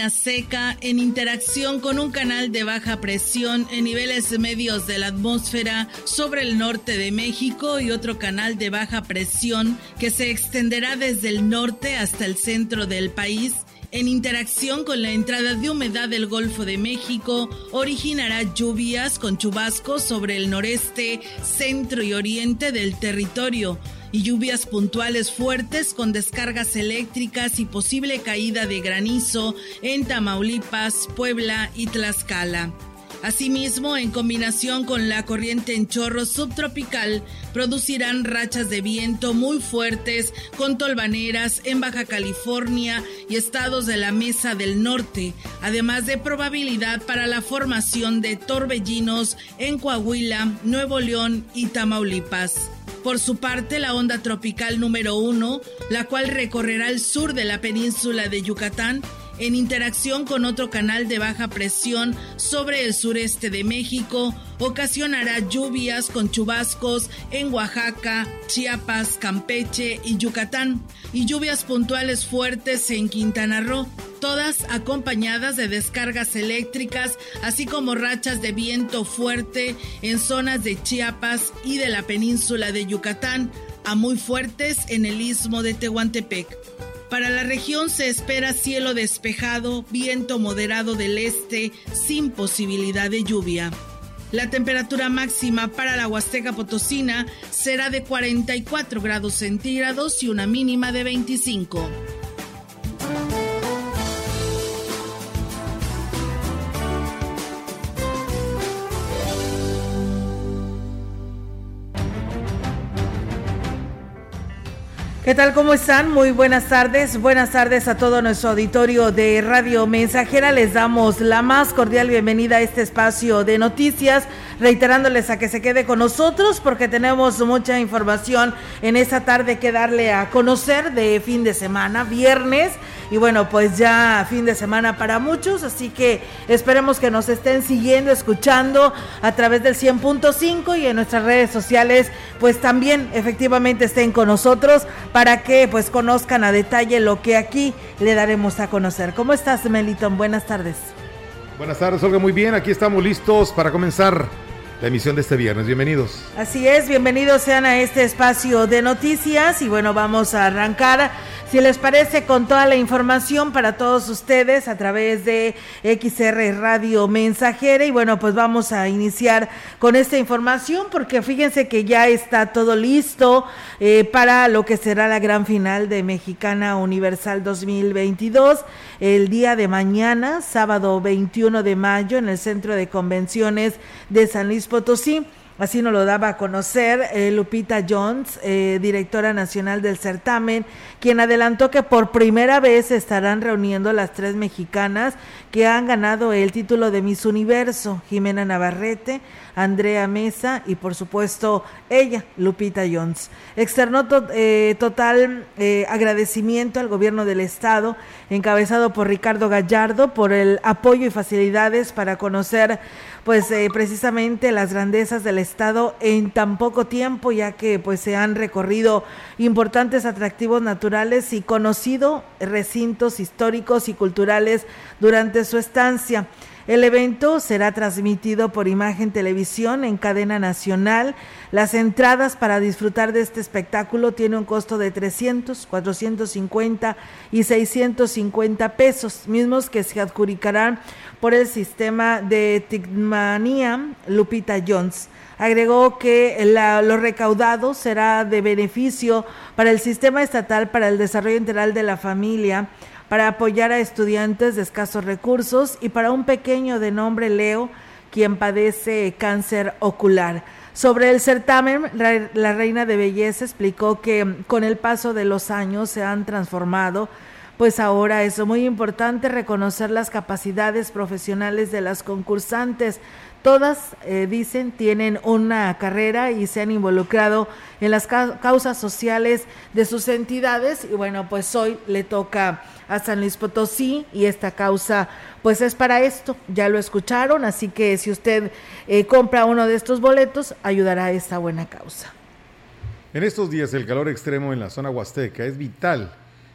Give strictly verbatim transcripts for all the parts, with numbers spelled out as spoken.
línea seca en interacción con un canal de baja presión en niveles medios de la atmósfera sobre el norte de México y otro canal de baja presión que se extenderá desde el norte hasta el centro del país, en interacción con la entrada de humedad del Golfo de México, originará lluvias con chubascos sobre el noreste, centro y oriente del territorio y lluvias puntuales fuertes con descargas eléctricas y posible caída de granizo en Tamaulipas, Puebla y Tlaxcala. Asimismo, en combinación con la corriente en chorro subtropical, producirán rachas de viento muy fuertes con tolvaneras en Baja California y estados de la Mesa del Norte, además de probabilidad para la formación de torbellinos en Coahuila, Nuevo León y Tamaulipas. Por su parte, la onda tropical número uno, la cual recorrerá el sur de la península de Yucatán, en interacción con otro canal de baja presión sobre el sureste de México, ocasionará lluvias con chubascos en Oaxaca, Chiapas, Campeche y Yucatán, y lluvias puntuales fuertes en Quintana Roo, todas acompañadas de descargas eléctricas, así como rachas de viento fuerte en zonas de Chiapas y de la península de Yucatán, a muy fuertes en el istmo de Tehuantepec. Para la región se espera cielo despejado, viento moderado del este, sin posibilidad de lluvia. La temperatura máxima para la Huasteca Potosina será de cuarenta y cuatro grados centígrados y una mínima de veinticinco. ¿Qué tal? ¿Cómo están? Muy buenas tardes. Buenas tardes a todo nuestro auditorio de Radio Mensajera. Les damos la más cordial bienvenida a este espacio de noticias, reiterándoles a que se quede con nosotros porque tenemos mucha información en esta tarde que darle a conocer de fin de semana, viernes, y bueno, pues ya fin de semana para muchos, así que esperemos que nos estén siguiendo, escuchando a través del cien punto cinco y en nuestras redes sociales, pues también efectivamente estén con nosotros para que pues conozcan a detalle lo que aquí le daremos a conocer. ¿Cómo estás, Melitón? Buenas tardes. Buenas tardes, Olga, muy bien, aquí estamos listos para comenzar la emisión de este viernes. Bienvenidos. Así es, bienvenidos sean a este espacio de noticias y bueno, vamos a arrancar, si les parece, con toda la información para todos ustedes a través de X R Radio Mensajera. Y bueno, pues vamos a iniciar con esta información porque fíjense que ya está todo listo eh, para lo que será la gran final de Mexicana Universal dos mil veintidós, el día de mañana, sábado veintiuno de mayo, en el Centro de Convenciones de San Luis Potosí. Así nos lo daba a conocer eh, Lupita Jones, eh, directora nacional del certamen, quien adelantó que por primera vez se estarán reuniendo las tres mexicanas que han ganado el título de Miss Universo: Jimena Navarrete, Andrea Mesa y por supuesto ella, Lupita Jones. Externó to- eh, total eh, agradecimiento al gobierno del estado, encabezado por Ricardo Gallardo, por el apoyo y facilidades para conocer pues eh, precisamente las grandezas del estado en tan poco tiempo, ya que pues se han recorrido importantes atractivos naturales y conocido recintos históricos y culturales durante su estancia. El evento será transmitido por Imagen Televisión en cadena nacional. Las entradas para disfrutar de este espectáculo tienen un costo de trescientos, cuatrocientos cincuenta y seiscientos cincuenta pesos, mismos que se adjudicarán por el sistema de Ticketmania Lupita Jones. Agregó que la, lo recaudado será de beneficio para el Sistema Estatal para el Desarrollo Integral de la Familia, para apoyar a estudiantes de escasos recursos y para un pequeño de nombre Leo, quien padece cáncer ocular. Sobre el certamen, la reina de belleza explicó que con el paso de los años se han transformado, pues ahora es muy importante reconocer las capacidades profesionales de las concursantes. Todas, eh, dicen, tienen una carrera y se han involucrado en las ca- causas sociales de sus entidades y bueno, pues hoy le toca a San Luis Potosí y esta causa pues es para esto, ya lo escucharon, así que si usted eh, compra uno de estos boletos, ayudará a esta buena causa. En estos días el calor extremo en la zona huasteca es vital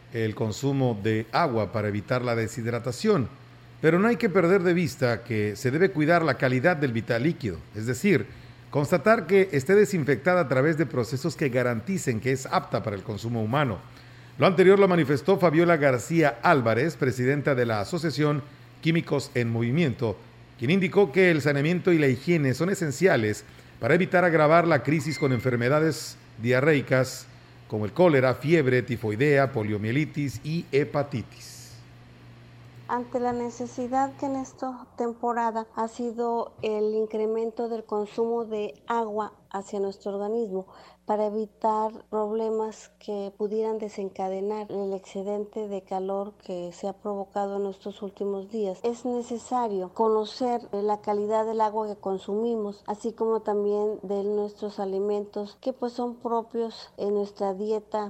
el consumo de agua para evitar la deshidratación, pero no hay que perder de vista que se debe cuidar la calidad del vital líquido, es decir, constatar que esté desinfectada a través de procesos que garanticen que es apta para el consumo humano. Lo anterior lo manifestó Fabiola García Álvarez, presidenta de la Asociación Químicos en Movimiento, quien indicó que el saneamiento y la higiene son esenciales para evitar agravar la crisis con enfermedades diarreicas como el cólera, fiebre, tifoidea, poliomielitis y hepatitis. Ante la necesidad que en esta temporada ha sido el incremento del consumo de agua hacia nuestro organismo para evitar problemas que pudieran desencadenar el excedente de calor que se ha provocado en estos últimos días, es necesario conocer la calidad del agua que consumimos, así como también de nuestros alimentos que pues son propios en nuestra dieta.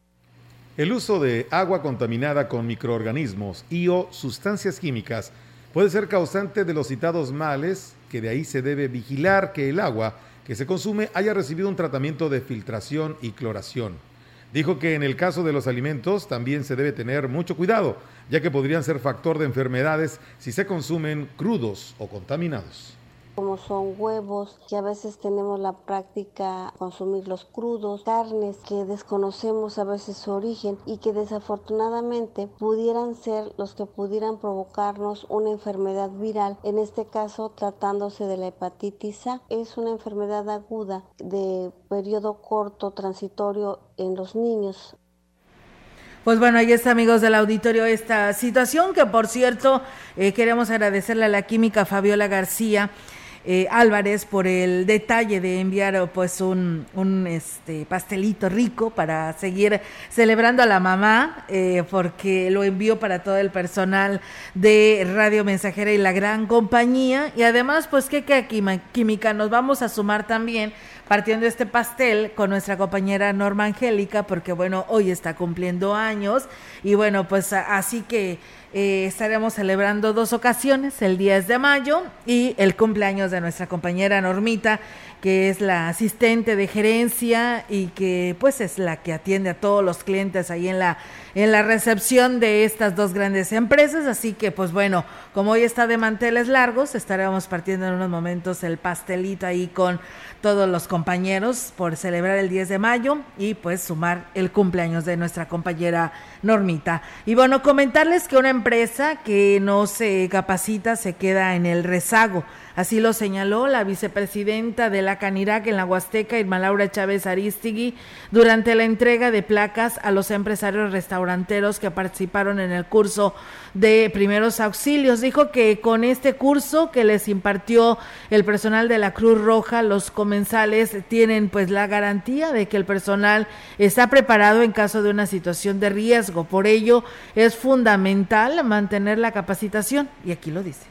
El uso de agua contaminada con microorganismos y o sustancias químicas puede ser causante de los citados males, que de ahí se debe vigilar que el agua que se consume haya recibido un tratamiento de filtración y cloración. Dijo que en el caso de los alimentos también se debe tener mucho cuidado, ya que podrían ser factor de enfermedades si se consumen crudos o contaminados. Como son huevos, que a veces tenemos la práctica de consumirlos crudos, carnes que desconocemos a veces su origen y que desafortunadamente pudieran ser los que pudieran provocarnos una enfermedad viral, en este caso tratándose de la hepatitis A. Es una enfermedad aguda de periodo corto transitorio en los niños. Pues bueno, ahí está, amigos del auditorio, esta situación que, por cierto, eh, queremos agradecerle a la química Fabiola García Eh, Álvarez por el detalle de enviar pues un, un este pastelito rico para seguir celebrando a la mamá, eh, porque lo envió para todo el personal de Radio Mensajera y la gran compañía, y además pues que, que química nos vamos a sumar también partiendo este pastel con nuestra compañera Norma Angélica, porque bueno, hoy está cumpliendo años y bueno, pues así que Eh, estaremos celebrando dos ocasiones, el diez de mayo y el cumpleaños de nuestra compañera Normita, que es la asistente de gerencia y que pues es la que atiende a todos los clientes ahí en la en la recepción de estas dos grandes empresas. Así que pues bueno, como hoy está de manteles largos, estaremos partiendo en unos momentos el pastelito ahí con todos los compañeros por celebrar el diez de mayo y pues sumar el cumpleaños de nuestra compañera Normita. Y bueno, comentarles que una empresa que no se capacita se queda en el rezago. Así lo señaló la vicepresidenta de la Canirac en la Huasteca, Irma Laura Chávez Aristigui, durante la entrega de placas a los empresarios restauranteros que participaron en el curso de primeros auxilios. Dijo que con este curso que les impartió el personal de la Cruz Roja, los comensales tienen pues la garantía de que el personal está preparado en caso de una situación de riesgo. Por ello es fundamental mantener la capacitación, y aquí lo dice.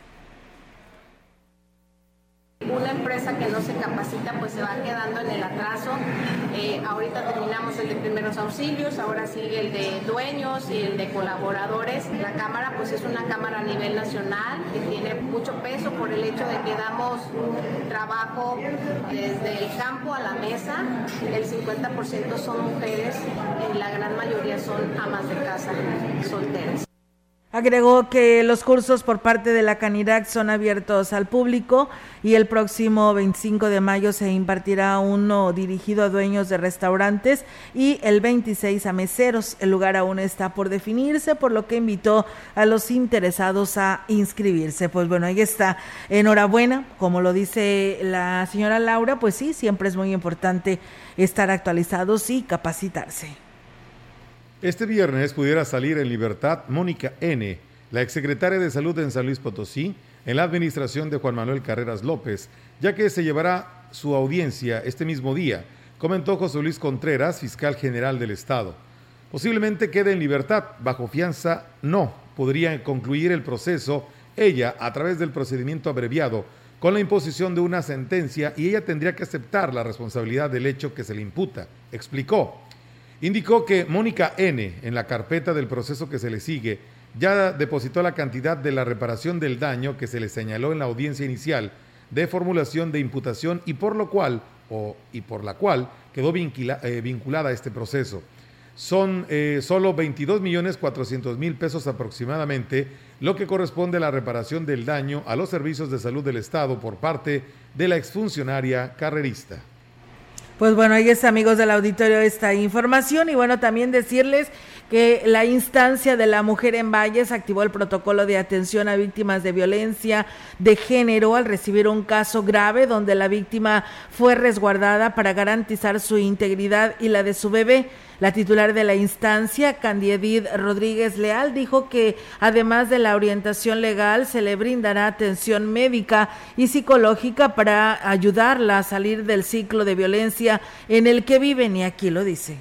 Una empresa que no se capacita pues se va quedando en el atraso. Eh, ahorita terminamos el de primeros auxilios, ahora sigue el de dueños y el de colaboradores. La cámara pues es una cámara a nivel nacional que tiene mucho peso por el hecho de que damos trabajo desde el campo a la mesa. El cincuenta por ciento son mujeres, y la gran mayoría son amas de casa solteras. Agregó que los cursos por parte de la Canirac son abiertos al público y el próximo veinticinco de mayo se impartirá uno dirigido a dueños de restaurantes y el veintiséis a meseros. El lugar aún está por definirse, por lo que invitó a los interesados a inscribirse. Pues bueno, ahí está. Enhorabuena, como lo dice la señora Laura, pues sí, siempre es muy importante estar actualizados y capacitarse. Este viernes pudiera salir en libertad Mónica N., la exsecretaria de Salud en San Luis Potosí, en la administración de Juan Manuel Carreras López, ya que se llevará su audiencia este mismo día, comentó José Luis Contreras, fiscal general del Estado. Posiblemente quede en libertad, bajo fianza no, podría concluir el proceso ella a través del procedimiento abreviado, con la imposición de una sentencia, y ella tendría que aceptar la responsabilidad del hecho que se le imputa, explicó. Indicó que Mónica N., en la carpeta del proceso que se le sigue, ya depositó la cantidad de la reparación del daño que se le señaló en la audiencia inicial de formulación de imputación y por lo cual, o, y por la cual quedó vincula, eh, vinculada a este proceso. son eh, solo veintidós millones cuatrocientos mil pesos aproximadamente, lo que corresponde a la reparación del daño a los servicios de salud del Estado por parte de la exfuncionaria carrerista. Pues bueno, ahí está, amigos del auditorio, esta información. Y bueno, también decirles que la instancia de la mujer en Valles activó el protocolo de atención a víctimas de violencia de género al recibir un caso grave donde la víctima fue resguardada para garantizar su integridad y la de su bebé. La titular de la instancia, Candiedith Rodríguez Leal, dijo que además de la orientación legal se le brindará atención médica y psicológica para ayudarla a salir del ciclo de violencia en el que viven, y aquí lo dice.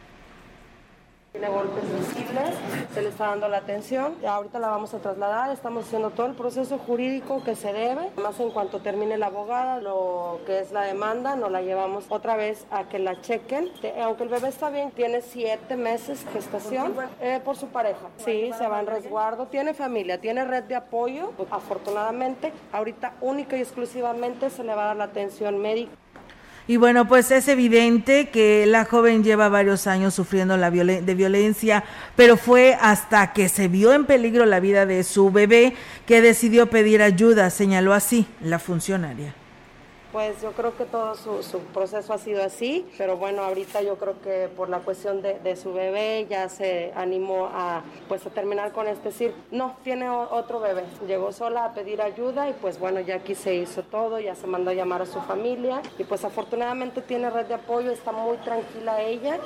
Tiene golpes visibles, se le está dando la atención, ya ahorita la vamos a trasladar, estamos haciendo todo el proceso jurídico que se debe, más en cuanto termine la abogada, lo que es la demanda, nos la llevamos otra vez a que la chequen, aunque el bebé está bien, tiene siete meses gestación, eh, por su pareja, sí, se va en resguardo, tiene familia, tiene red de apoyo, afortunadamente, ahorita única y exclusivamente se le va a dar la atención médica. Y bueno, pues es evidente que la joven lleva varios años sufriendo la violen- de violencia, pero fue hasta que se vio en peligro la vida de su bebé que decidió pedir ayuda, señaló así la funcionaria. Pues yo creo que todo su, su proceso ha sido así, pero bueno, ahorita yo creo que por la cuestión de, de su bebé ya se animó a, pues, a terminar con este circo. No, tiene o, otro bebé, llegó sola a pedir ayuda y pues bueno, ya aquí se hizo todo, ya se mandó a llamar a su familia y pues afortunadamente tiene red de apoyo, está muy tranquila ella.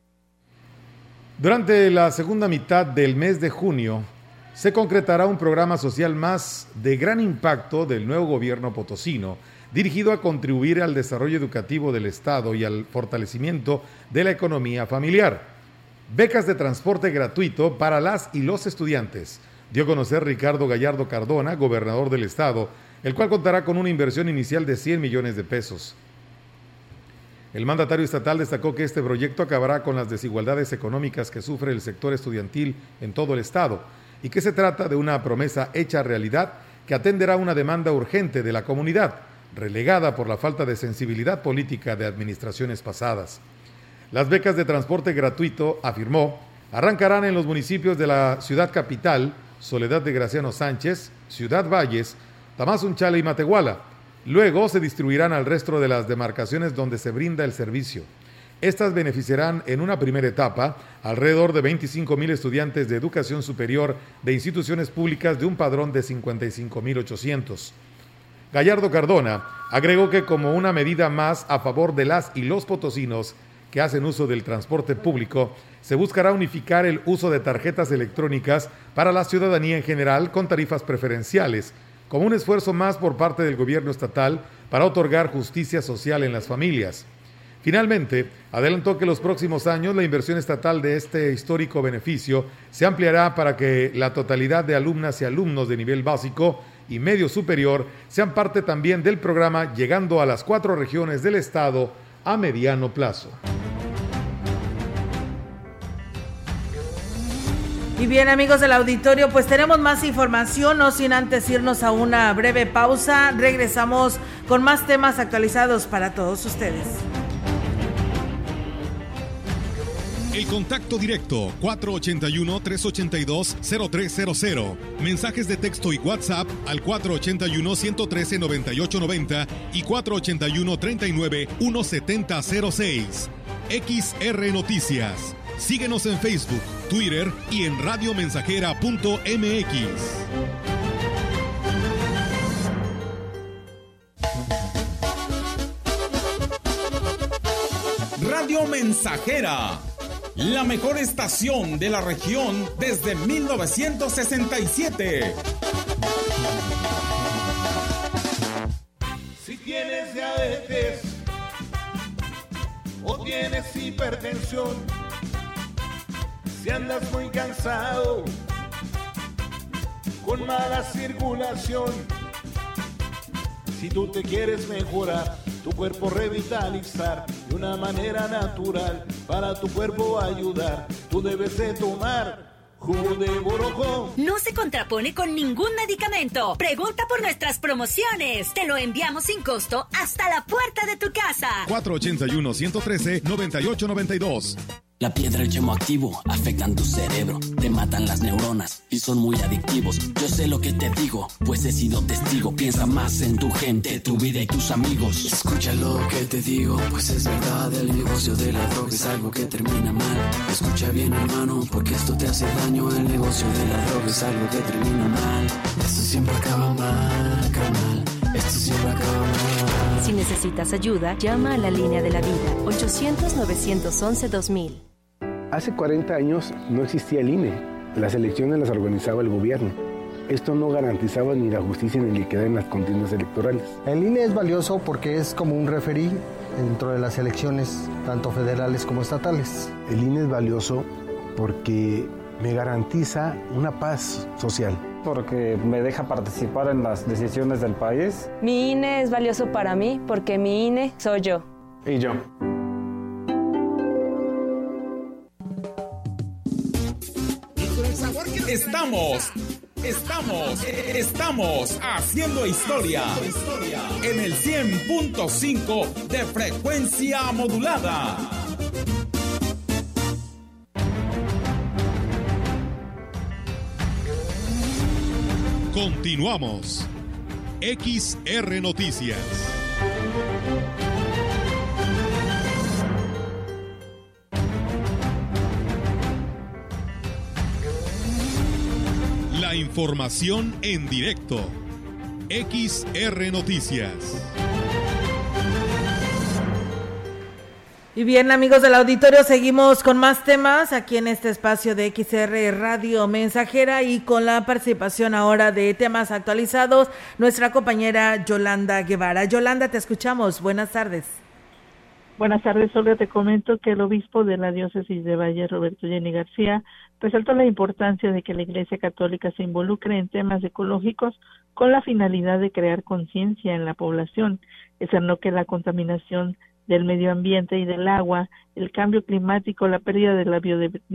Durante la segunda mitad del mes de junio se concretará un programa social más de gran impacto del nuevo gobierno potosino, dirigido a contribuir al desarrollo educativo del Estado y al fortalecimiento de la economía familiar. Becas de transporte gratuito para las y los estudiantes, dio a conocer Ricardo Gallardo Cardona, gobernador del Estado, el cual contará con una inversión inicial de cien millones de pesos. El mandatario estatal destacó que este proyecto acabará con las desigualdades económicas que sufre el sector estudiantil en todo el Estado y que se trata de una promesa hecha realidad que atenderá una demanda urgente de la comunidad, relegada por la falta de sensibilidad política de administraciones pasadas. Las becas de transporte gratuito, afirmó, arrancarán en los municipios de la ciudad capital, Soledad de Graciano Sánchez, Ciudad Valles, Tamazunchale y Matehuala. Luego se distribuirán al resto de las demarcaciones donde se brinda el servicio. Estas beneficiarán en una primera etapa alrededor de veinticinco mil estudiantes de educación superior de instituciones públicas de un padrón de cincuenta y cinco mil ochocientos. Gallardo Cardona agregó que como una medida más a favor de las y los potosinos que hacen uso del transporte público, se buscará unificar el uso de tarjetas electrónicas para la ciudadanía en general con tarifas preferenciales, como un esfuerzo más por parte del gobierno estatal para otorgar justicia social en las familias. Finalmente, adelantó que los próximos años la inversión estatal de este histórico beneficio se ampliará para que la totalidad de alumnas y alumnos de nivel básico y medio superior sean parte también del programa, llegando a las cuatro regiones del estado a mediano plazo. Y bien, amigos del auditorio, pues tenemos más información, no sin antes irnos a una breve pausa. Regresamos con más temas actualizados para todos ustedes. El contacto directo cuatro ochenta y uno, trescientos ochenta y dos, cero tres cero cero. Mensajes de texto y WhatsApp al cuatro ochenta y uno, ciento trece, noventa y ocho noventa y cuatro ochenta y uno, treinta y nueve, setenta cero seis. X R Noticias. Síguenos en Facebook, Twitter y en radiomensajera punto m x. Radio Mensajera, la mejor estación de la región desde mil novecientos sesenta y siete. Si tienes diabetes o tienes hipertensión, si andas muy cansado, con mala circulación, si tú te quieres mejorar, tu cuerpo revitalizar de una manera natural, para tu cuerpo ayudar, tú debes de tomar jugo de borojó. No se contrapone con ningún medicamento. Pregunta por nuestras promociones. Te lo enviamos sin costo hasta la puerta de tu casa. cuatro ochenta y uno, ciento trece, noventa y ocho noventa y dos. La piedra y el yemo activo afectan tu cerebro, te matan las neuronas y son muy adictivos. Yo sé lo que te digo, pues he sido testigo. Piensa más en tu gente, tu vida y tus amigos. Escucha lo que te digo, pues es verdad. El negocio de la droga es algo que termina mal. Escucha bien, hermano, porque esto te hace daño. El negocio de la droga es algo que termina mal. Esto siempre acaba mal, acaba mal. Esto siempre acaba mal. Si necesitas ayuda, llama a la línea de la vida, ochocientos, novecientos once, dos mil. Hace cuarenta años no existía el I N E. Las elecciones las organizaba el gobierno. Esto no garantizaba ni la justicia ni la equidad en las contiendas electorales. El I N E es valioso porque es como un referí dentro de las elecciones, tanto federales como estatales. El I N E es valioso porque me garantiza una paz social. Porque me deja participar en las decisiones del país. Mi I N E es valioso para mí porque mi I N E soy yo. Y yo. Estamos, estamos, estamos haciendo historia en el cien punto cinco de frecuencia modulada. Continuamos. X R Noticias. La información en directo. X R Noticias. Y bien, amigos del auditorio, seguimos con más temas aquí en este espacio de X R Radio Mensajera y con la participación ahora de temas actualizados, nuestra compañera Yolanda Guevara. Yolanda, te escuchamos. Buenas tardes. Buenas tardes, Olga. Te comento que el obispo de la diócesis de Valle, Roberto Jenny García, resaltó la importancia de que la Iglesia Católica se involucre en temas ecológicos con la finalidad de crear conciencia en la población. Externó que la contaminación del medio ambiente y del agua, el cambio climático, la pérdida de la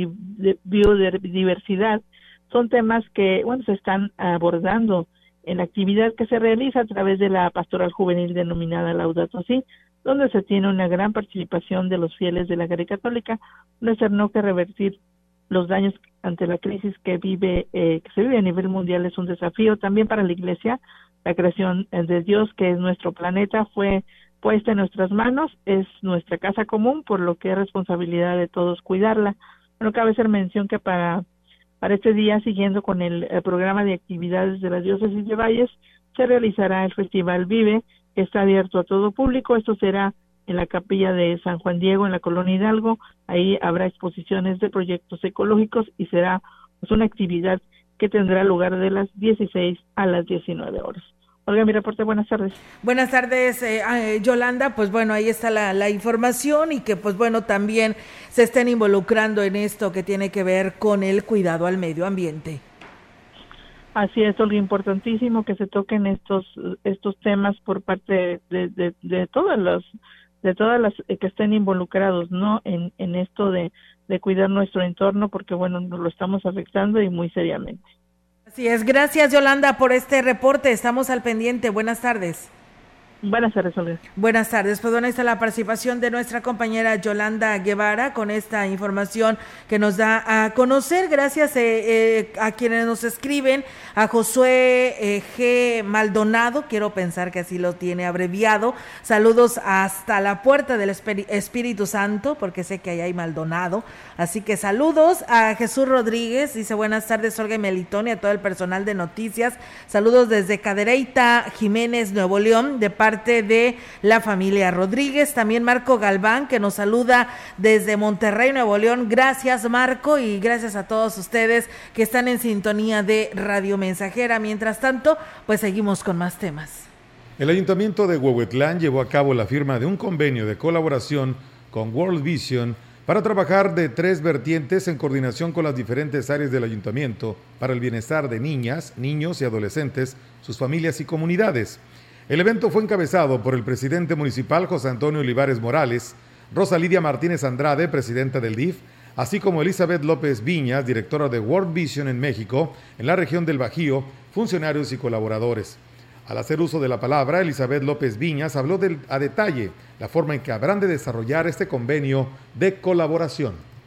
biodiversidad, son temas que, bueno, se están abordando en la actividad que se realiza a través de la pastoral juvenil denominada Laudato Si, donde se tiene una gran participación de los fieles de la Iglesia Católica. No externó que revertir los daños ante la crisis que vive eh, que se vive a nivel mundial es un desafío también para la Iglesia. La creación de Dios, que es nuestro planeta, fue puesta en nuestras manos, es nuestra casa común, por lo que es responsabilidad de todos cuidarla. Bueno, cabe hacer mención que para, para este día, siguiendo con el, el programa de actividades de la diócesis de Valles, se realizará el Festival Vive, que está abierto a todo público. Esto será en la capilla de San Juan Diego, en la Colonia Hidalgo. Ahí habrá exposiciones de proyectos ecológicos y será pues, una actividad que tendrá lugar de las dieciséis a las diecinueve horas. Olga, mi reporte, buenas tardes. Buenas tardes, eh, eh, Yolanda, pues bueno, ahí está la, la información y que pues bueno, también se estén involucrando en esto que tiene que ver con el cuidado al medio ambiente. Así es, Olga, importantísimo que se toquen estos estos temas por parte de, de, de todas las de todas las que estén involucrados, ¿no? En, en esto de, de cuidar nuestro entorno, porque bueno, nos lo estamos afectando y muy seriamente. Así es, gracias Yolanda por este reporte, estamos al pendiente, buenas tardes. Buenas tardes, Olga. Buenas tardes, pues bueno, está la participación de nuestra compañera Yolanda Guevara con esta información que nos da a conocer, gracias eh, eh, a quienes nos escriben, a Josué eh, G. Maldonado, quiero pensar que así lo tiene abreviado, saludos hasta la puerta del Espíritu Santo, porque sé que ahí hay Maldonado, así que saludos a Jesús Rodríguez, dice buenas tardes Olga y Melitón y a todo el personal de noticias, saludos desde Cadereyta, Jiménez, Nuevo León, de parte de la familia Rodríguez, también Marco Galván que nos saluda desde Monterrey, Nuevo León, gracias Marco y gracias a todos ustedes que están en sintonía de Radio Mensajera. Mientras tanto, pues seguimos con más temas. El Ayuntamiento de Huehuetlán llevó a cabo la firma de un convenio de colaboración con World Vision para trabajar de tres vertientes en coordinación con las diferentes áreas del Ayuntamiento para el bienestar de niñas, niños y adolescentes, sus familias y comunidades. El evento fue encabezado por el presidente municipal José Antonio Olivares Morales, Rosa Lidia Martínez Andrade, presidenta del D I F, así como Elizabeth López Viñas, directora de World Vision en México, en la región del Bajío, funcionarios y colaboradores. Al hacer uso de la palabra, Elizabeth López Viñas habló de, a detalle la forma en que habrán de desarrollar este convenio de colaboración.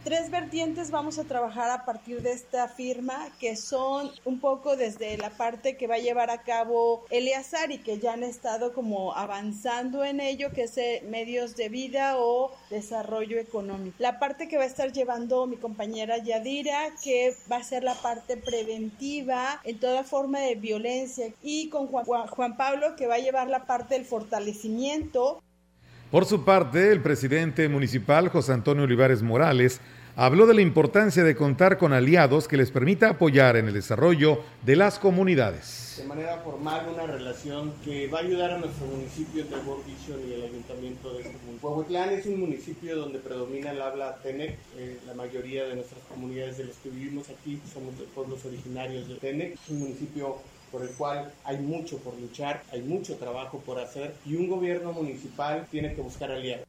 tres vertientes vamos a trabajar a partir de esta firma, que son un poco desde la parte que va a llevar a cabo Eleazar y que ya han estado como avanzando en ello, que es medios de vida o desarrollo económico. La parte que va a estar llevando mi compañera Yadira, que va a ser la parte preventiva en toda forma de violencia, y con Juan, Juan Pablo, que va a llevar la parte del fortalecimiento. Por su parte, el presidente municipal, José Antonio Olivares Morales, habló de la importancia de contar con aliados que les permita apoyar en el desarrollo de las comunidades. De manera formal, una relación que va a ayudar a nuestro municipio entre World Vision y el ayuntamiento de este municipio. Huehuetlán es un municipio donde predomina el habla Tenec. Eh, la mayoría de nuestras comunidades de los que vivimos aquí somos de pueblos originarios de Tenec. Es un municipio por el cual hay mucho por luchar, hay mucho trabajo por hacer y un gobierno municipal tiene que buscar aliados.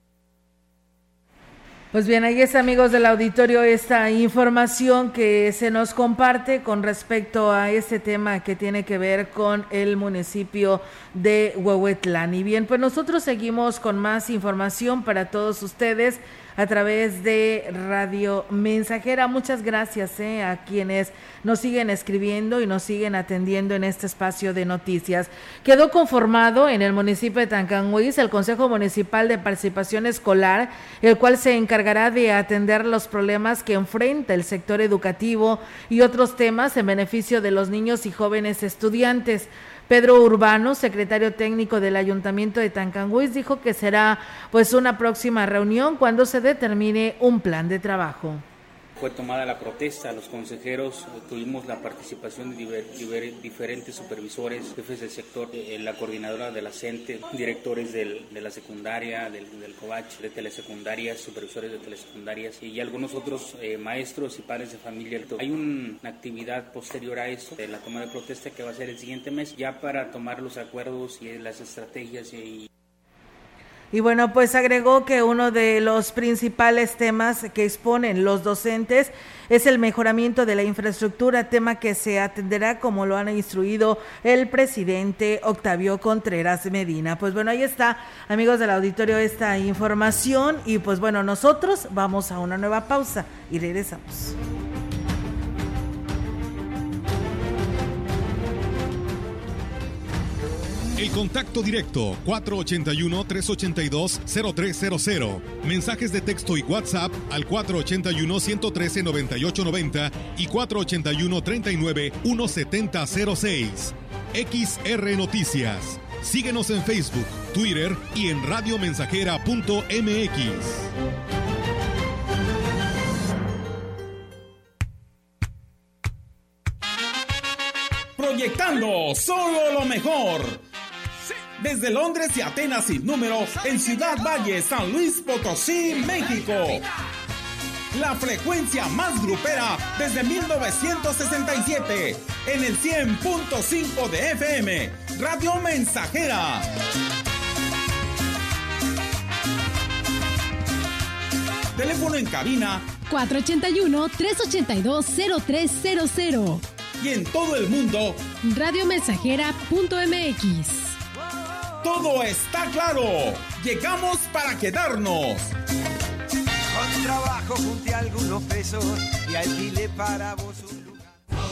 Pues bien, ahí está, amigos del auditorio, esta información que se nos comparte con respecto a este tema que tiene que ver con el municipio de Huehuetlán. Y bien, pues nosotros seguimos con más información para todos ustedes a través de Radio Mensajera. Muchas gracias eh, a quienes nos siguen escribiendo y nos siguen atendiendo en este espacio de noticias. Quedó conformado en el municipio de Tancanhuiz el Consejo Municipal de Participación Escolar, el cual se encargará de atender los problemas que enfrenta el sector educativo y otros temas en beneficio de los niños y jóvenes estudiantes. Pedro Urbano, secretario técnico del Ayuntamiento de Tancanhuiz, dijo que será pues una próxima reunión cuando se determine un plan de trabajo. Fue tomada la protesta, los consejeros tuvimos la participación de diver, diver, diferentes supervisores, jefes del sector, eh, la coordinadora de la CENTE, directores del, de la secundaria, del, del COVACH, de telesecundarias, supervisores de telesecundarias y algunos otros eh, maestros y padres de familia. Hay un, una actividad posterior a esto, de la toma de protesta, que va a ser el siguiente mes, ya para tomar los acuerdos y las estrategias y Y bueno, pues agregó que uno de los principales temas que exponen los docentes es el mejoramiento de la infraestructura, tema que se atenderá como lo han instruido el presidente Octavio Contreras Medina. Pues bueno, ahí está, amigos del auditorio, esta información y pues bueno, nosotros vamos a una nueva pausa y regresamos. El contacto directo cuatro ochenta y uno, trescientos ochenta y dos, cero tres cero cero. Mensajes de texto y WhatsApp al cuatro ochenta y uno, ciento trece, noventa y ocho noventa y cuatro ochenta y uno, treinta y nueve, ciento setenta cero seis. X R Noticias. Síguenos en Facebook, Twitter y en radiomensajera punto m x. Proyectando solo lo mejor. Desde Londres y Atenas sin número, en Ciudad Valle, San Luis Potosí, México. La frecuencia más grupera desde mil novecientos sesenta y siete, en el cien punto cinco de F M, Radio Mensajera. Teléfono en cabina cuatro ochenta y uno, trescientos ochenta y dos, cero tres cero cero. Y en todo el mundo, radiomensajera punto m x. Todo está claro. Llegamos para quedarnos. Con trabajo junté algunos pesos y alquilé para vos un lugar.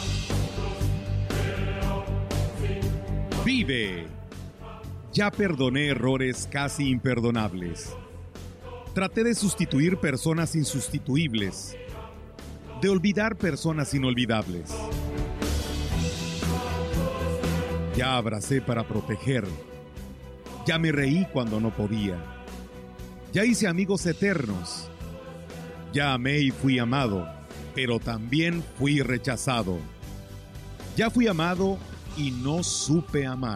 Vive. Ya perdoné errores casi imperdonables. Traté de sustituir personas insustituibles. De olvidar personas inolvidables. Ya abracé para proteger. Ya me reí cuando no podía. Ya hice amigos eternos. Ya amé y fui amado, pero también fui rechazado. Ya fui amado y no supe amar.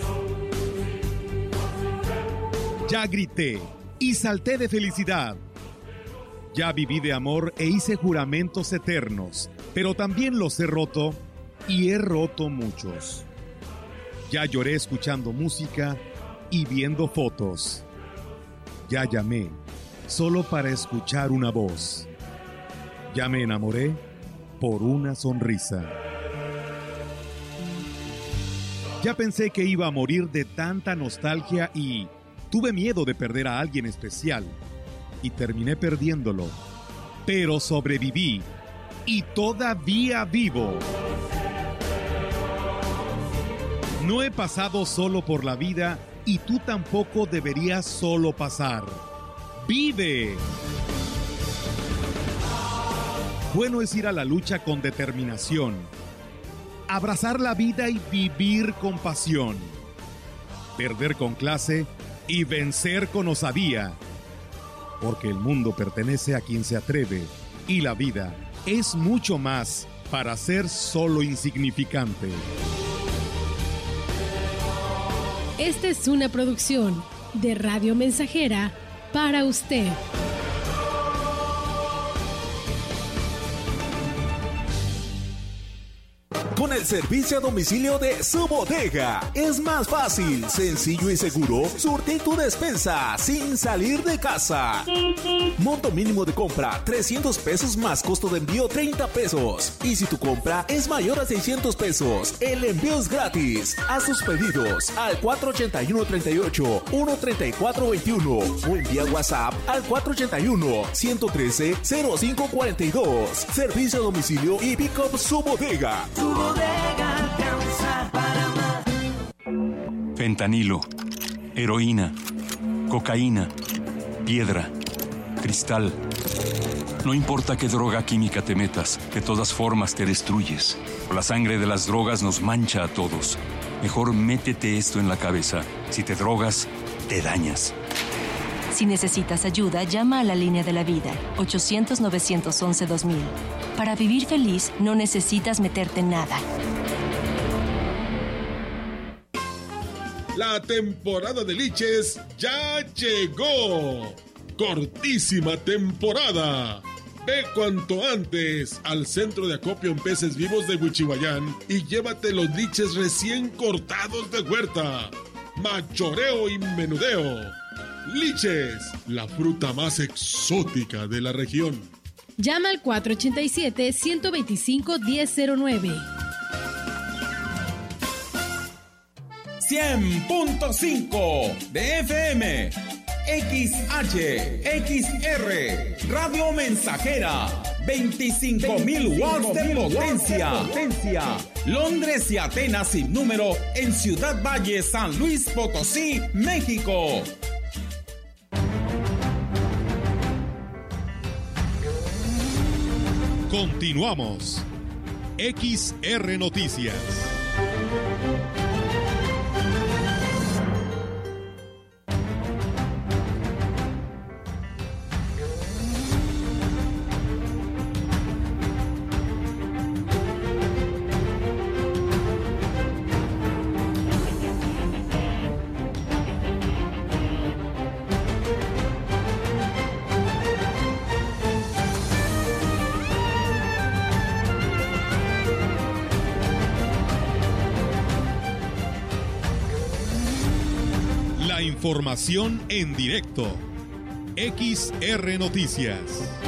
Ya grité y salté de felicidad. Ya viví de amor e hice juramentos eternos, pero también los he roto y he roto muchos. Ya lloré escuchando música y viendo fotos. Ya llamé solo para escuchar una voz. Ya me enamoré por una sonrisa. Ya pensé que iba a morir de tanta nostalgia y tuve miedo de perder a alguien especial y terminé perdiéndolo. pero sobreviví y todavía vivo. No he pasado solo por la vida y tú tampoco deberías solo pasar. ¡Vive! Bueno es ir a la lucha con determinación, abrazar la vida y vivir con pasión, perder con clase y vencer con osadía, porque el mundo pertenece a quien se atreve y la vida es mucho más para ser solo insignificante. Esta es una producción de Radio Mensajera para usted. Con el servicio a domicilio de Su Bodega es más fácil, sencillo y seguro surtir tu despensa sin salir de casa. Monto mínimo de compra trescientos pesos más costo de envío treinta pesos. Y si tu compra es mayor a seiscientos pesos, el envío es gratis. Haz tus pedidos al cuatro ochenta y uno, treinta y ocho, uno treinta y cuatro veintiuno o envía WhatsApp al cuatro ochenta y uno, ciento trece, cero cinco cuarenta y dos. Servicio a domicilio y pick-up Su Bodega. Fentanilo, heroína, cocaína, piedra, cristal. No importa qué droga química te metas, de todas formas te destruyes. La sangre de las drogas nos mancha a todos. Mejor métete esto en la cabeza. Si te drogas, te dañas. Si necesitas ayuda, llama a la línea de la vida, ochocientos, novecientos once, dos mil. Para vivir feliz, no necesitas meterte en nada. La temporada de liches ya llegó. Cortísima temporada. Ve cuanto antes al centro de acopio en peces vivos de Huichihuayán y llévate los liches recién cortados de huerta. Machoreo y menudeo. Liches, la fruta más exótica de la región. Llama al cuatro ochenta y siete, ciento veinticinco, diez cero nueve. cien punto cinco de F M, X H, X R, Radio Mensajera, veinticinco mil watts de potencia. potencia. Londres y Atenas sin número en Ciudad Valle, San Luis Potosí, México. Continuamos. X R Noticias. Información en directo. X R Noticias.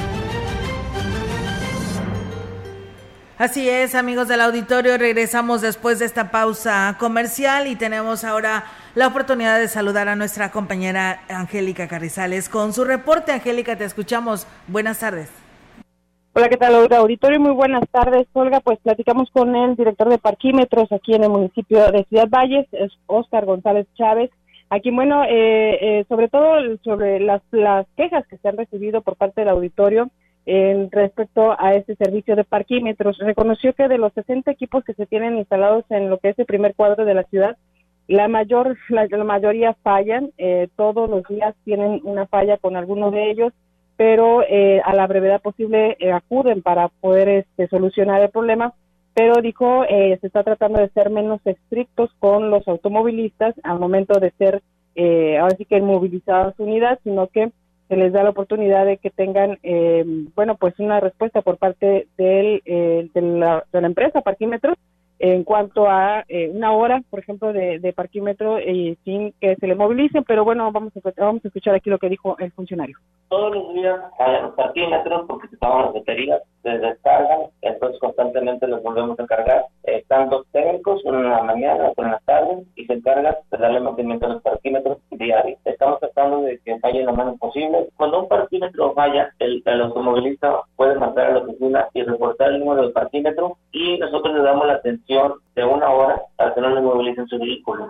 Así es, amigos del auditorio, regresamos después de esta pausa comercial y tenemos ahora la oportunidad de saludar a nuestra compañera Angélica Carrizales con su reporte. Angélica, te escuchamos. Buenas tardes. Hola, ¿qué tal, auditorio? Muy buenas tardes, Olga. Pues platicamos con el director de parquímetros aquí en el municipio de Ciudad Valles, es Óscar González Chávez. Aquí, bueno, eh, eh, sobre todo sobre las, las quejas que se han recibido por parte del auditorio eh, respecto a este servicio de parquímetros. Reconoció que de los sesenta equipos que se tienen instalados en lo que es el primer cuadro de la ciudad, la mayor la, la mayoría fallan, eh, todos los días tienen una falla con alguno de ellos, pero eh, a la brevedad posible eh, acuden para poder este, solucionar el problema. Pero dijo, eh, se está tratando de ser menos estrictos con los automovilistas al momento de ser, eh, ahora sí que movilizadas su unidad, sino que se les da la oportunidad de que tengan, eh, bueno, pues una respuesta por parte del, eh, de, la, de la empresa Parquímetros en cuanto a eh, una hora, por ejemplo, de, de parquímetro eh, sin que se le movilicen. Pero bueno, vamos a, vamos a escuchar aquí lo que dijo el funcionario. Todos los días hay los parquímetros porque se toman las baterías se descargan, entonces constantemente los volvemos a cargar. Están dos técnicos, uno en la mañana, otro en la tarde, y se encarga de darle mantenimiento a los parquímetros diarios. Estamos tratando de que falle lo menos posible. Cuando un parquímetro falla, el, el automovilista puede marcar a la oficina y reportar el número del parquímetro, y nosotros le damos la atención de una hora para que no le movilicen su vehículo.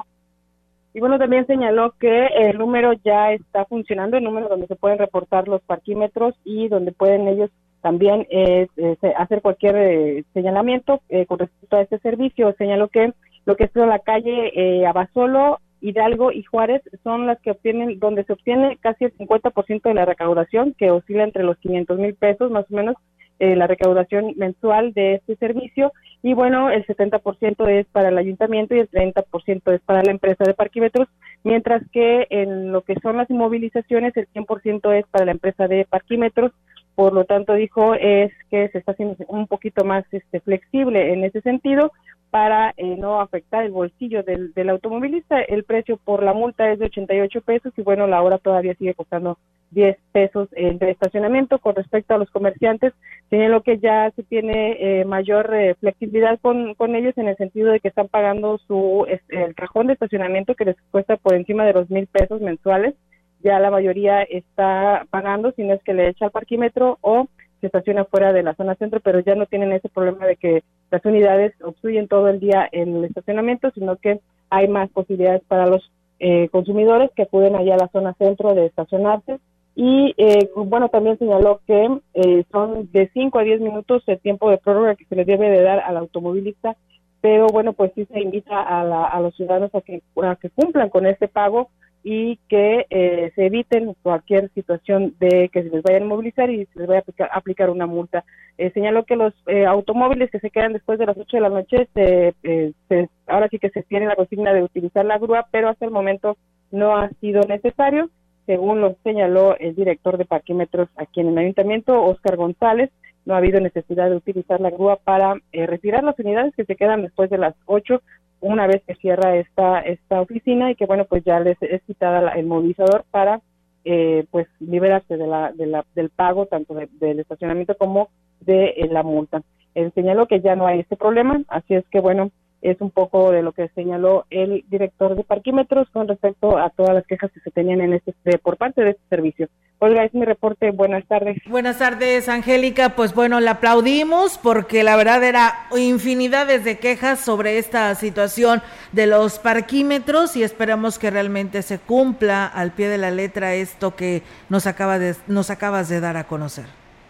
Y bueno, también señaló que el número ya está funcionando, el número donde se pueden reportar los parquímetros y donde pueden ellos también eh, eh, hacer cualquier eh, señalamiento eh, con respecto a este servicio. Señaló que lo que es la calle eh, Abasolo, Hidalgo y Juárez son las que obtienen, donde se obtiene casi el cincuenta por ciento de la recaudación, que oscila entre los quinientos mil pesos más o menos, eh, la recaudación mensual de este servicio, y bueno, el setenta por ciento es para el ayuntamiento y el treinta por ciento es para la empresa de parquímetros, mientras que en lo que son las inmovilizaciones el cien por ciento es para la empresa de parquímetros. Por lo tanto, dijo, es que se está haciendo un poquito más este, flexible en ese sentido para eh, no afectar el bolsillo del, del automovilista. El precio por la multa es de ochenta y ocho pesos y bueno, la hora todavía sigue costando diez pesos el de estacionamiento. Con respecto a los comerciantes, señaló que ya se tiene eh, mayor eh, flexibilidad con, con ellos en el sentido de que están pagando su este, el cajón de estacionamiento que les cuesta por encima de los mil pesos mensuales. Ya la mayoría está pagando, si no es que le echa al parquímetro o se estaciona fuera de la zona centro, pero ya no tienen ese problema de que las unidades obstruyen todo el día en el estacionamiento, sino que hay más posibilidades para los eh, consumidores que acuden allá a la zona centro de estacionarse. Y eh, bueno, también señaló que eh, son de cinco a diez minutos el tiempo de prórroga que se le debe de dar al automovilista, pero bueno, pues sí se invita a, la, a los ciudadanos a que, a que cumplan con este pago y que eh, se eviten cualquier situación de que se les vayan a movilizar y se les vaya a aplicar, aplicar una multa. Eh, señaló que los eh, automóviles que se quedan después de las ocho de la noche, se, eh, se, ahora sí que se tiene la consigna de utilizar la grúa, pero hasta el momento no ha sido necesario, según lo señaló el director de parquímetros aquí en el ayuntamiento, Óscar González. No ha habido necesidad de utilizar la grúa para eh, retirar las unidades que se quedan después de las ocho, una vez que cierra esta esta oficina, y que bueno, pues ya les es citada la, el movilizador para eh, pues liberarse de la, de la del pago tanto de, del estacionamiento como de eh, la multa. Él señaló que ya no hay este problema, así es que bueno, es un poco de lo que señaló el director de parquímetros con respecto a todas las quejas que se tenían en este de, por parte de este servicio. Olga, es mi reporte. Buenas tardes. Buenas tardes, Angélica. Pues bueno, la aplaudimos porque la verdad era infinidades de quejas sobre esta situación de los parquímetros y esperamos que realmente se cumpla al pie de la letra esto que nos acaba de nos acabas de dar a conocer.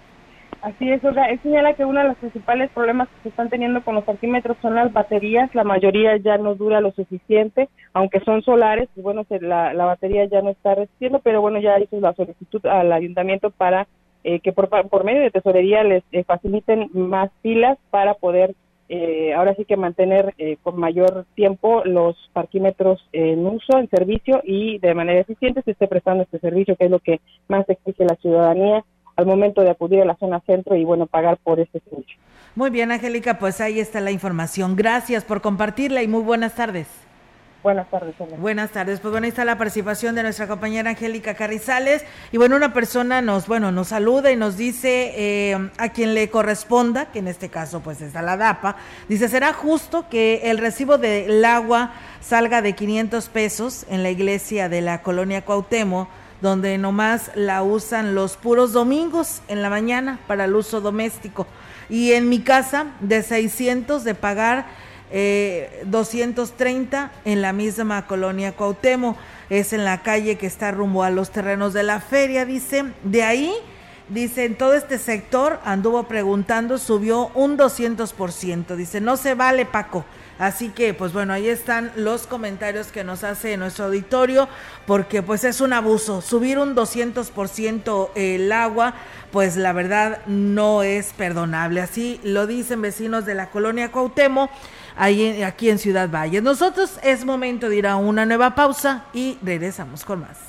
Así es, Olga. Él señala que uno de los principales problemas que se están teniendo con los parquímetros son las baterías. La mayoría ya no dura lo suficiente, aunque son solares, y bueno, se, la, la batería ya no está resistiendo, pero bueno, ya hizo la solicitud al ayuntamiento para eh, que por, por medio de tesorería les eh, faciliten más pilas para poder eh, ahora sí que mantener eh, con mayor tiempo los parquímetros en uso, en servicio, y de manera eficiente se esté prestando este servicio, que es lo que más exige la ciudadanía al momento de acudir a la zona centro y bueno, pagar por este servicio. Muy bien, Angélica, pues ahí está la información. Gracias por compartirla y muy buenas tardes. Buenas tardes. Hola. Buenas tardes. Pues bueno, ahí está la participación de nuestra compañera Angélica Carrizales. Y bueno, una persona nos, bueno, nos saluda y nos dice eh, a quien le corresponda, que en este caso pues está la DAPA, dice, ¿será justo que el recibo del agua salga de quinientos pesos en la iglesia de la colonia Cuauhtémoc, donde nomás la usan los puros domingos en la mañana para el uso doméstico, y en mi casa de seiscientos de pagar eh, doscientos treinta en la misma colonia Cuauhtémoc? Es en la calle que está rumbo a los terrenos de la feria, dice. De ahí, dice, en todo este sector anduvo preguntando, subió un doscientos por ciento, dice, no se vale, Paco. Así que, pues bueno, ahí están los comentarios que nos hace nuestro auditorio, porque pues es un abuso. Subir un doscientos por ciento el agua, pues la verdad no es perdonable. Así lo dicen vecinos de la colonia Cuauhtémoc, ahí, aquí en Ciudad Valles. Nosotros es momento de ir a una nueva pausa y regresamos con más.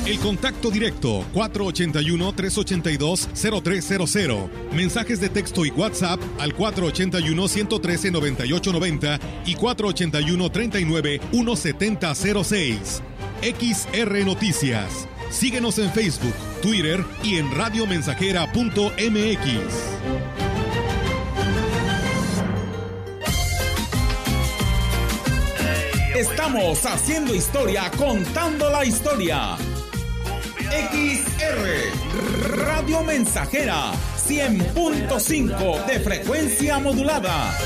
El contacto directo cuatro ochenta y uno, trescientos ochenta y dos, cero tres cero cero. Mensajes de texto y WhatsApp al cuatro ochenta y uno, ciento trece, noventa y ocho noventa y cuatro ochenta y uno, treinta y nueve, ciento setenta cero seis. X R Noticias. Síguenos en Facebook, Twitter y en radiomensajera punto m x. Estamos haciendo historia, contando la historia. X R Radio Mensajera cien punto cinco de frecuencia modulada.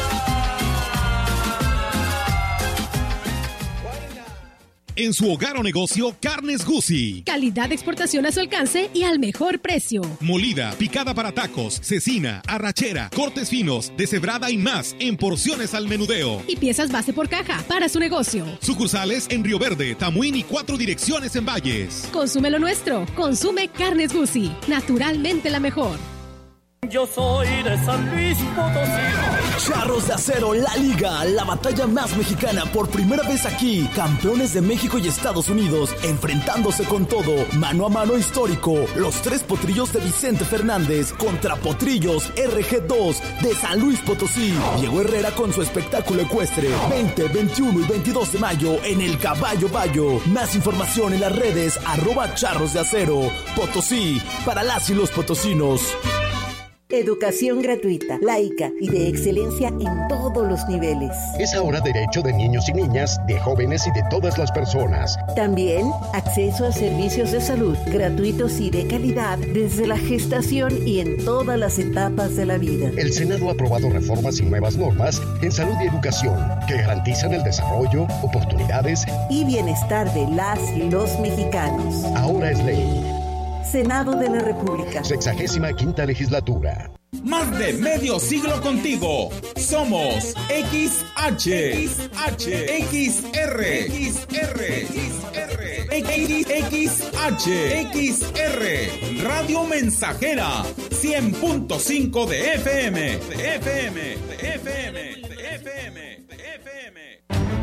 En su hogar o negocio, Carnes Guzzi. Calidad de exportación a su alcance y al mejor precio. Molida, picada para tacos, cecina, arrachera, cortes finos, deshebrada y más en porciones al menudeo. Y piezas base por caja para su negocio. Sucursales en Río Verde, Tamuín y cuatro direcciones en Valles. Consume lo nuestro. Consume Carnes Guzzi. Naturalmente la mejor. Yo soy de San Luis Potosí. Charros de Acero, la liga, la batalla más mexicana por primera vez aquí. Campeones de México y Estados Unidos, enfrentándose con todo, mano a mano histórico. Los tres potrillos de Vicente Fernández contra Potrillos R G dos de San Luis Potosí. Diego Herrera con su espectáculo ecuestre. veinte, veintiuno y veintidós de mayo en el Caballo Bayo. Más información en las redes arroba Charros de Acero. Potosí, para las y los potosinos. Educación gratuita, laica y de excelencia en todos los niveles. Es ahora derecho de niños y niñas, de jóvenes y de todas las personas. También acceso a servicios de salud gratuitos y de calidad desde la gestación y en todas las etapas de la vida. El Senado ha aprobado reformas y nuevas normas en salud y educación que garantizan el desarrollo, oportunidades y bienestar de las y los mexicanos. Ahora es ley. Senado de la República. Sexagésima quinta legislatura. Más de medio siglo contigo. Somos X H, X H, X R, X R, X R, X H, X R, Radio Mensajera, cien punto cinco de F M, de F M, de F M, de F M, de F M.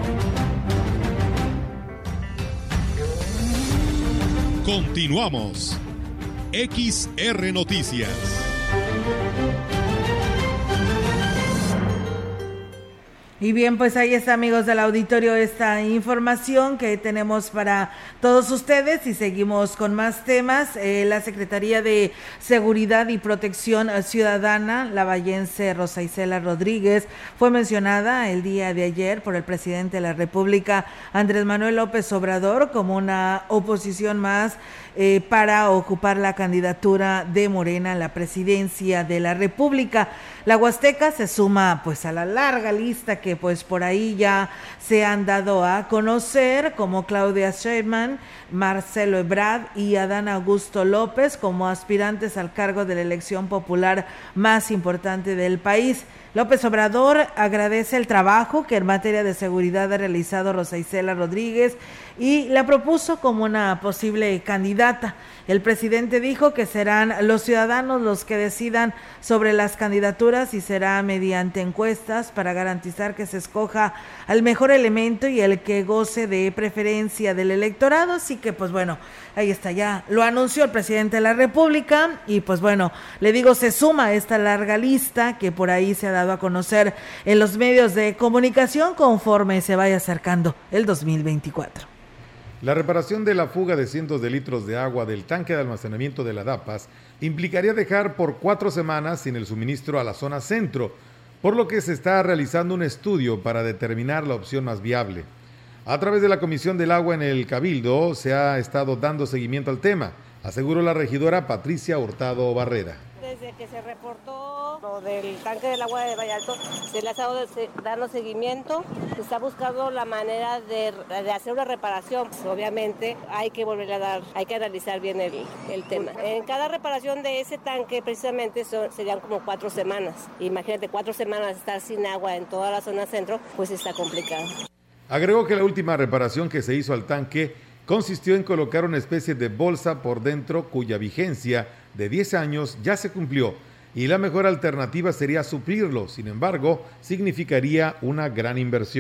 Continuamos. X R Noticias. Y bien, pues ahí está, amigos del auditorio, esta información que tenemos para todos ustedes y seguimos con más temas. Eh, la Secretaría de Seguridad y Protección Ciudadana, la vallense Rosa Isela Rodríguez, fue mencionada el día de ayer por el presidente de la República, Andrés Manuel López Obrador, como una oposición más eh, para ocupar la candidatura de Morena a la presidencia de la República. La Huasteca se suma pues a la larga lista que pues por ahí ya se han dado a conocer, como Claudia Sheinbaum, Marcelo Ebrard y Adán Augusto López como aspirantes al cargo de la elección popular más importante del país. López Obrador agradece el trabajo que en materia de seguridad ha realizado Rosa Isela Rodríguez y la propuso como una posible candidata. El presidente dijo que serán los ciudadanos los que decidan sobre las candidaturas y será mediante encuestas para garantizar que se escoja al mejor elemento y el que goce de preferencia del electorado. Así que pues bueno, ahí está, ya lo anunció el presidente de la República y pues bueno, le digo, se suma a esta larga lista que por ahí se ha dado a conocer en los medios de comunicación conforme se vaya acercando el dos mil veinticuatro. La reparación de la fuga de cientos de litros de agua del tanque de almacenamiento de la DAPAS implicaría dejar por cuatro semanas sin el suministro a la zona centro, por lo que se está realizando un estudio para determinar la opción más viable. A través de la Comisión del Agua en el Cabildo se ha estado dando seguimiento al tema, aseguró la regidora Patricia Hurtado Barrera. Desde que se reportó lo del tanque del agua de Valle Alto, se le ha estado dando seguimiento, se está buscando la manera de, de hacer una reparación. Obviamente hay que volver a dar, hay que analizar bien el, el tema. En cada reparación de ese tanque precisamente son, serían como cuatro semanas. Imagínate, cuatro semanas estar sin agua en toda la zona centro, pues está complicado. Agregó que la última reparación que se hizo al tanque consistió en colocar una especie de bolsa por dentro cuya vigencia de diez años ya se cumplió y la mejor alternativa sería suplirlo. Sin embargo, significaría una gran inversión.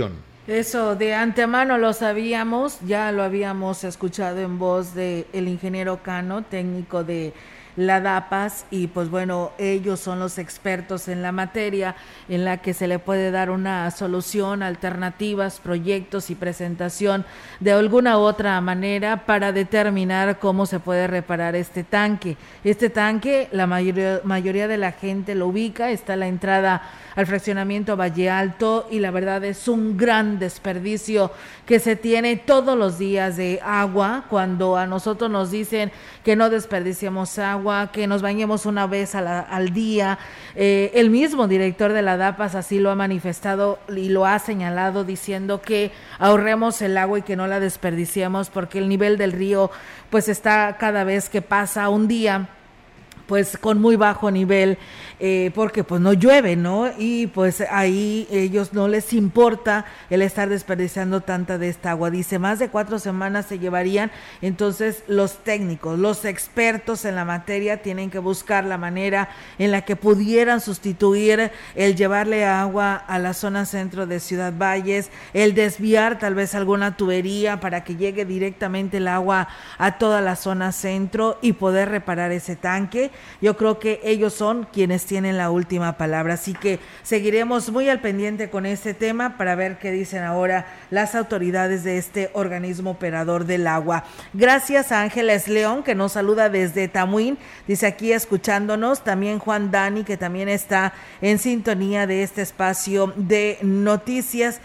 Eso de antemano lo sabíamos, ya lo habíamos escuchado en voz de el ingeniero Cano, técnico de la DAPAS, y pues bueno, ellos son los expertos en la materia en la que se le puede dar una solución, alternativas, proyectos y presentación de alguna otra manera para determinar cómo se puede reparar este tanque. Este tanque, la mayoría, mayoría de la gente lo ubica, está a la entrada al fraccionamiento Valle Alto, y la verdad es un gran desperdicio que se tiene todos los días de agua, cuando a nosotros nos dicen que no desperdiciamos agua, que nos bañemos una vez a la, al día. Eh, el mismo director de la DAPAS así lo ha manifestado y lo ha señalado, diciendo que ahorremos el agua y que no la desperdiciemos, porque el nivel del río pues está cada vez que pasa un día pues con muy bajo nivel, eh, porque pues no llueve, ¿no? Y pues ahí ellos no les importa el estar desperdiciando tanta de esta agua. Dice, más de cuatro semanas se llevarían. Entonces los técnicos, los expertos en la materia tienen que buscar la manera en la que pudieran sustituir el llevarle agua a la zona centro de Ciudad Valles, el desviar tal vez alguna tubería para que llegue directamente el agua a toda la zona centro y poder reparar ese tanque. Yo creo que ellos son quienes tienen la última palabra, así que seguiremos muy al pendiente con este tema para ver qué dicen ahora las autoridades de este organismo operador del agua. Gracias a Ángeles León, que nos saluda desde Tamuín, dice aquí escuchándonos, también Juan Dani, que también está en sintonía de este espacio de noticias.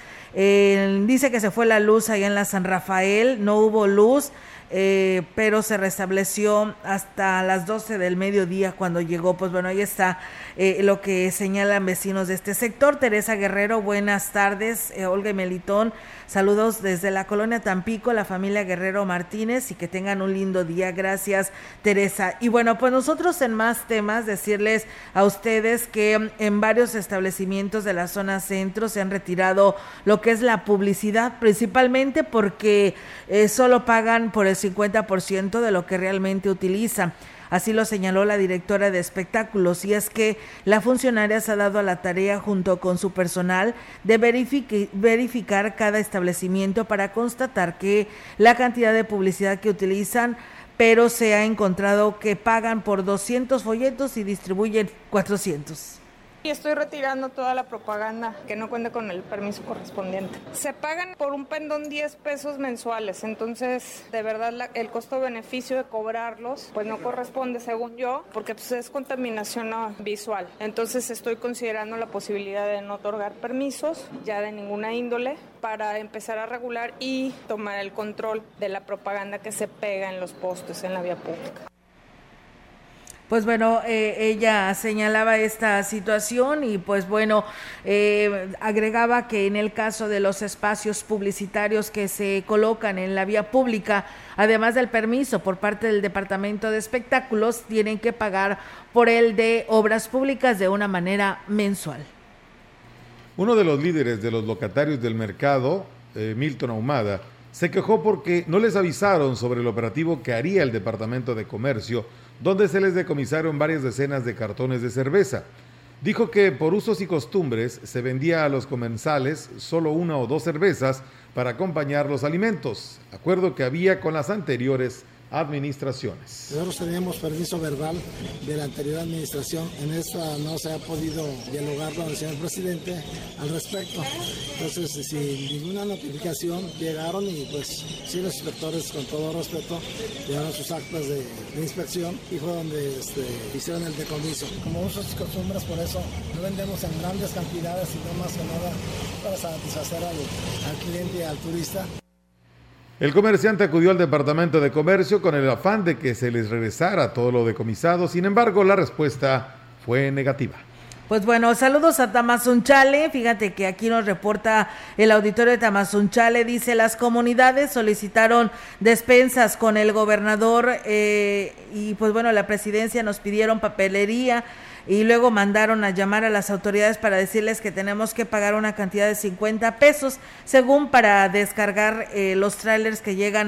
Eh, dice que se fue la luz allá en la San Rafael, no hubo luz, Eh, pero se restableció hasta las doce del mediodía cuando llegó. Pues bueno, ahí está eh, lo que señalan vecinos de este sector. Teresa Guerrero, buenas tardes. eh, Olga y Melitón, saludos desde la colonia Tampico, la familia Guerrero Martínez, y que tengan un lindo día. Gracias, Teresa. Y bueno, pues nosotros en más temas decirles a ustedes que en varios establecimientos de la zona centro se han retirado lo que es la publicidad, principalmente porque eh, solo pagan por el cincuenta por ciento de lo que realmente utilizan. Así lo señaló la directora de espectáculos, y es que la funcionaria se ha dado a la tarea junto con su personal de verific- verificar cada establecimiento para constatar que la cantidad de publicidad que utilizan, pero se ha encontrado que pagan por doscientos folletos y distribuyen cuatrocientos. Y estoy retirando toda la propaganda que no cuente con el permiso correspondiente. Se pagan por un pendón diez pesos mensuales, entonces de verdad la, el costo-beneficio de cobrarlos pues no corresponde según yo, porque pues es contaminación visual. Entonces estoy considerando la posibilidad de no otorgar permisos ya de ninguna índole para empezar a regular y tomar el control de la propaganda que se pega en los postes en la vía pública. Pues bueno, eh, ella señalaba esta situación y pues bueno, eh, agregaba que en el caso de los espacios publicitarios que se colocan en la vía pública, además del permiso por parte del Departamento de Espectáculos, tienen que pagar por el de obras públicas de una manera mensual. Uno de los líderes de los locatarios del mercado, eh, Milton Ahumada, se quejó porque no les avisaron sobre el operativo que haría el Departamento de Comercio, donde se les decomisaron varias decenas de cartones de cerveza. Dijo que por usos y costumbres se vendía a los comensales solo una o dos cervezas para acompañar los alimentos, acuerdo que había con las anteriores administraciones. Nosotros teníamos permiso verbal de la anterior administración, en esta no se ha podido dialogar con el señor presidente al respecto, entonces sin ninguna notificación llegaron y pues sí, los inspectores con todo respeto llevaron sus actas de, de inspección y fue donde este, hicieron el decomiso. Como usos y costumbres, por eso no vendemos en grandes cantidades, sino más que nada para satisfacer al, al cliente y al turista. El comerciante acudió al Departamento de Comercio con el afán de que se les regresara todo lo decomisado, sin embargo la respuesta fue negativa. Pues bueno, saludos a Tamazunchale, fíjate que aquí nos reporta el auditorio de Tamazunchale, dice las comunidades solicitaron despensas con el gobernador eh, y pues bueno, la presidencia nos pidieron papelería y luego mandaron a llamar a las autoridades para decirles que tenemos que pagar una cantidad de cincuenta pesos, según para descargar eh, los trailers que llegan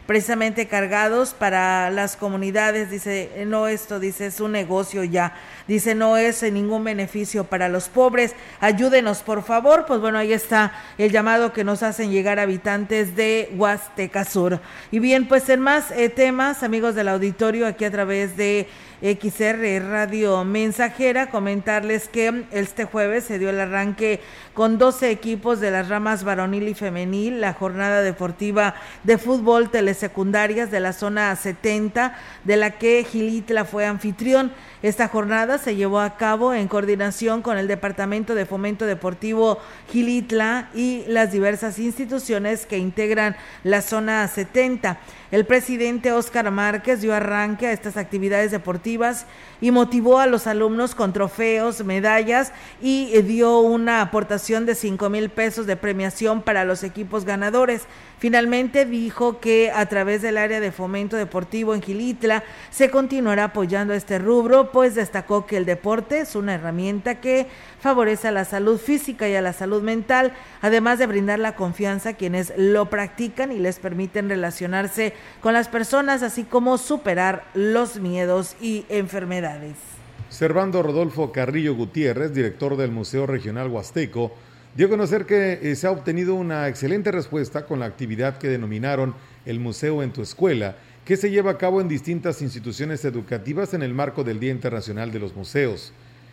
precisamente cargados para las comunidades. Dice, no, esto dice es un negocio ya, dice no es ningún beneficio para los pobres, ayúdenos por favor. Pues bueno, ahí está el llamado que nos hacen llegar habitantes de Huasteca Sur. Y bien, pues en más eh, temas, amigos del auditorio, aquí a través de X R Radio Mensajera, comentarles que este jueves se dio el arranque con doce equipos de las ramas varonil y femenil, la jornada deportiva de fútbol telesecundarias de la zona setenta, de la que Xilitla fue anfitrión. Esta jornada se llevó a cabo en coordinación con el Departamento de Fomento Deportivo Xilitla y las diversas instituciones que integran la zona setenta. El presidente Óscar Márquez dio arranque a estas actividades deportivas y motivó a los alumnos con trofeos, medallas y dio una aportación de cinco mil pesos de premiación para los equipos ganadores. Finalmente dijo que a través del área de fomento deportivo en Xilitla se continuará apoyando este rubro, pues destacó que el deporte es una herramienta que favorece a la salud física y a la salud mental, además de brindar la confianza a quienes lo practican y les permiten relacionarse con las personas, así como superar los miedos y enfermedades. Servando Rodolfo Carrillo Gutiérrez, director del Museo Regional Huasteco, dio a conocer que eh, se ha obtenido una excelente respuesta con la actividad que denominaron el Museo en tu Escuela, que se lleva a cabo en distintas instituciones educativas en el marco del Día Internacional de los Museos.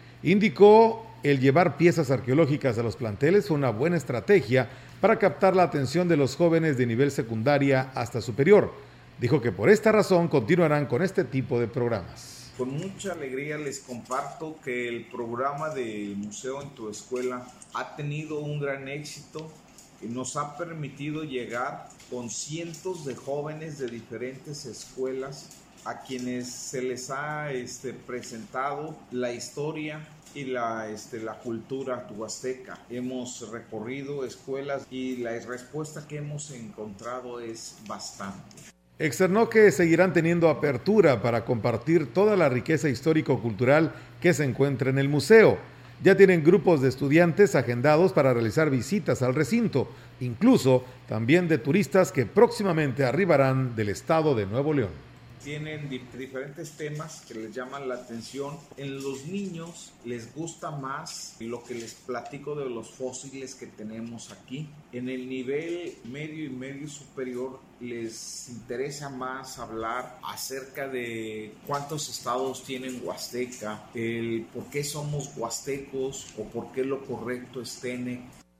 Indicó el llevar piezas arqueológicas a los planteles fue una buena estrategia para captar la atención de los jóvenes de nivel secundaria hasta superior. Dijo que por esta razón continuarán con este tipo de programas. Con mucha alegría les comparto que el programa del Museo en tu Escuela ha tenido un gran éxito y nos ha permitido llegar con cientos de jóvenes de diferentes escuelas a quienes se les ha este, presentado la historia y la, este, la cultura huasteca. Hemos recorrido escuelas y la respuesta que hemos encontrado es bastante. Externó que seguirán teniendo apertura para compartir toda la riqueza histórico-cultural que se encuentra en el museo. Ya tienen grupos de estudiantes agendados para realizar visitas al recinto, incluso también de turistas que próximamente arribarán del estado de Nuevo León. Tienen diferentes temas que les llaman la atención. En los niños les gusta más lo que les platico de los fósiles que tenemos aquí. En el nivel medio y medio superior les interesa más hablar acerca de cuántos estados tienen Huasteca, el por qué somos huastecos o por qué lo correcto es Tenec.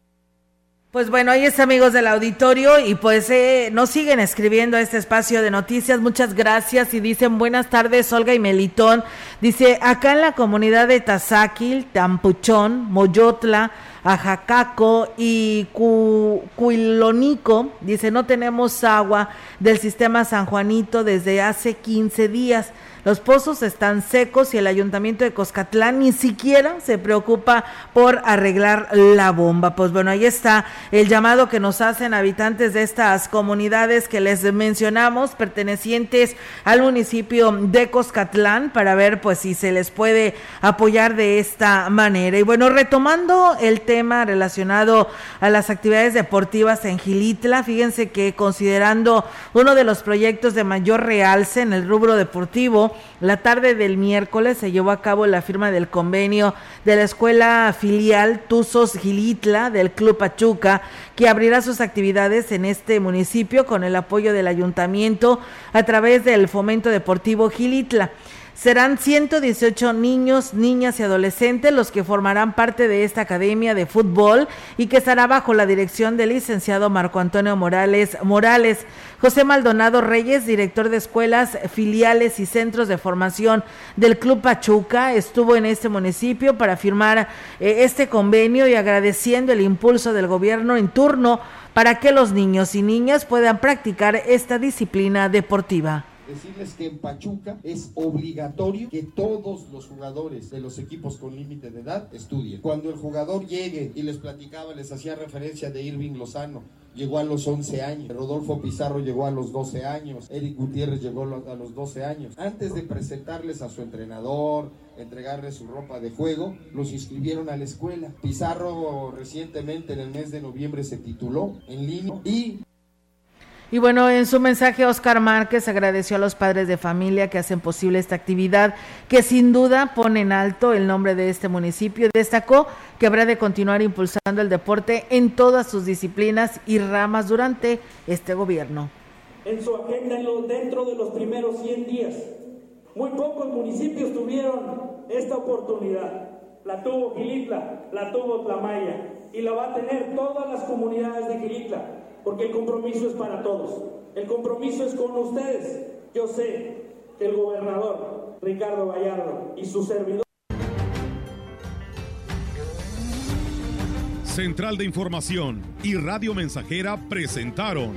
Pues bueno, ahí está, amigos del auditorio, y pues eh, nos siguen escribiendo a este espacio de noticias. Muchas gracias, y dicen buenas tardes, Olga y Melitón. Dice, acá en la comunidad de Tazaquil, Tampuchón, Moyotla, Ajacaco y Cu- Cuilonico, dice, no tenemos agua del sistema San Juanito desde hace quince días. Los pozos están secos y el ayuntamiento de Coscatlán ni siquiera se preocupa por arreglar la bomba. Pues bueno, ahí está el llamado que nos hacen habitantes de estas comunidades que les mencionamos, pertenecientes al municipio de Coscatlán, para ver pues si se les puede apoyar de esta manera. Y bueno, retomando el tema relacionado a las actividades deportivas en Xilitla, fíjense que considerando uno de los proyectos de mayor realce en el rubro deportivo, la tarde del miércoles se llevó a cabo la firma del convenio de la escuela filial Tuzos Xilitla del Club Pachuca, que abrirá sus actividades en este municipio con el apoyo del ayuntamiento a través del Fomento Deportivo Xilitla. Serán ciento dieciocho niños, niñas y adolescentes los que formarán parte de esta academia de fútbol y que estará bajo la dirección del licenciado Marco Antonio Morales Morales. José Maldonado Reyes, director de escuelas, filiales y centros de formación del Club Pachuca, estuvo en este municipio para firmar eh, este convenio y agradeciendo el impulso del gobierno en turno para que los niños y niñas puedan practicar esta disciplina deportiva. Decirles que en Pachuca es obligatorio que todos los jugadores de los equipos con límite de edad estudien. Cuando el jugador llegue, y les platicaba, les hacía referencia de Irving Lozano, llegó a los once años, Rodolfo Pizarro llegó a los doce años, Eric Gutiérrez llegó a los doce años. Antes de presentarles a su entrenador, entregarles su ropa de juego, los inscribieron a la escuela. Pizarro recientemente en el mes de noviembre se tituló en línea y... Y bueno, en su mensaje, Óscar Márquez agradeció a los padres de familia que hacen posible esta actividad, que sin duda pone en alto el nombre de este municipio. Destacó que habrá de continuar impulsando el deporte en todas sus disciplinas y ramas durante este gobierno. En su agenda dentro de los primeros cien días, muy pocos municipios tuvieron esta oportunidad. La tuvo Xilitla, la tuvo Tlamaya y la va a tener todas las comunidades de Xilitla, porque el compromiso es para todos. El compromiso es con ustedes. Yo sé que el gobernador Ricardo Gallardo y su servidor. Central de Información y Radio Mensajera presentaron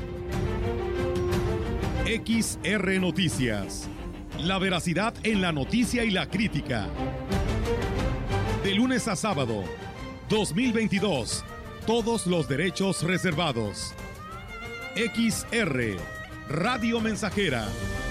X R Noticias. La veracidad en la noticia y la crítica. De lunes a sábado, dos mil veintidós. Todos los derechos reservados. X R, Radio Mensajera.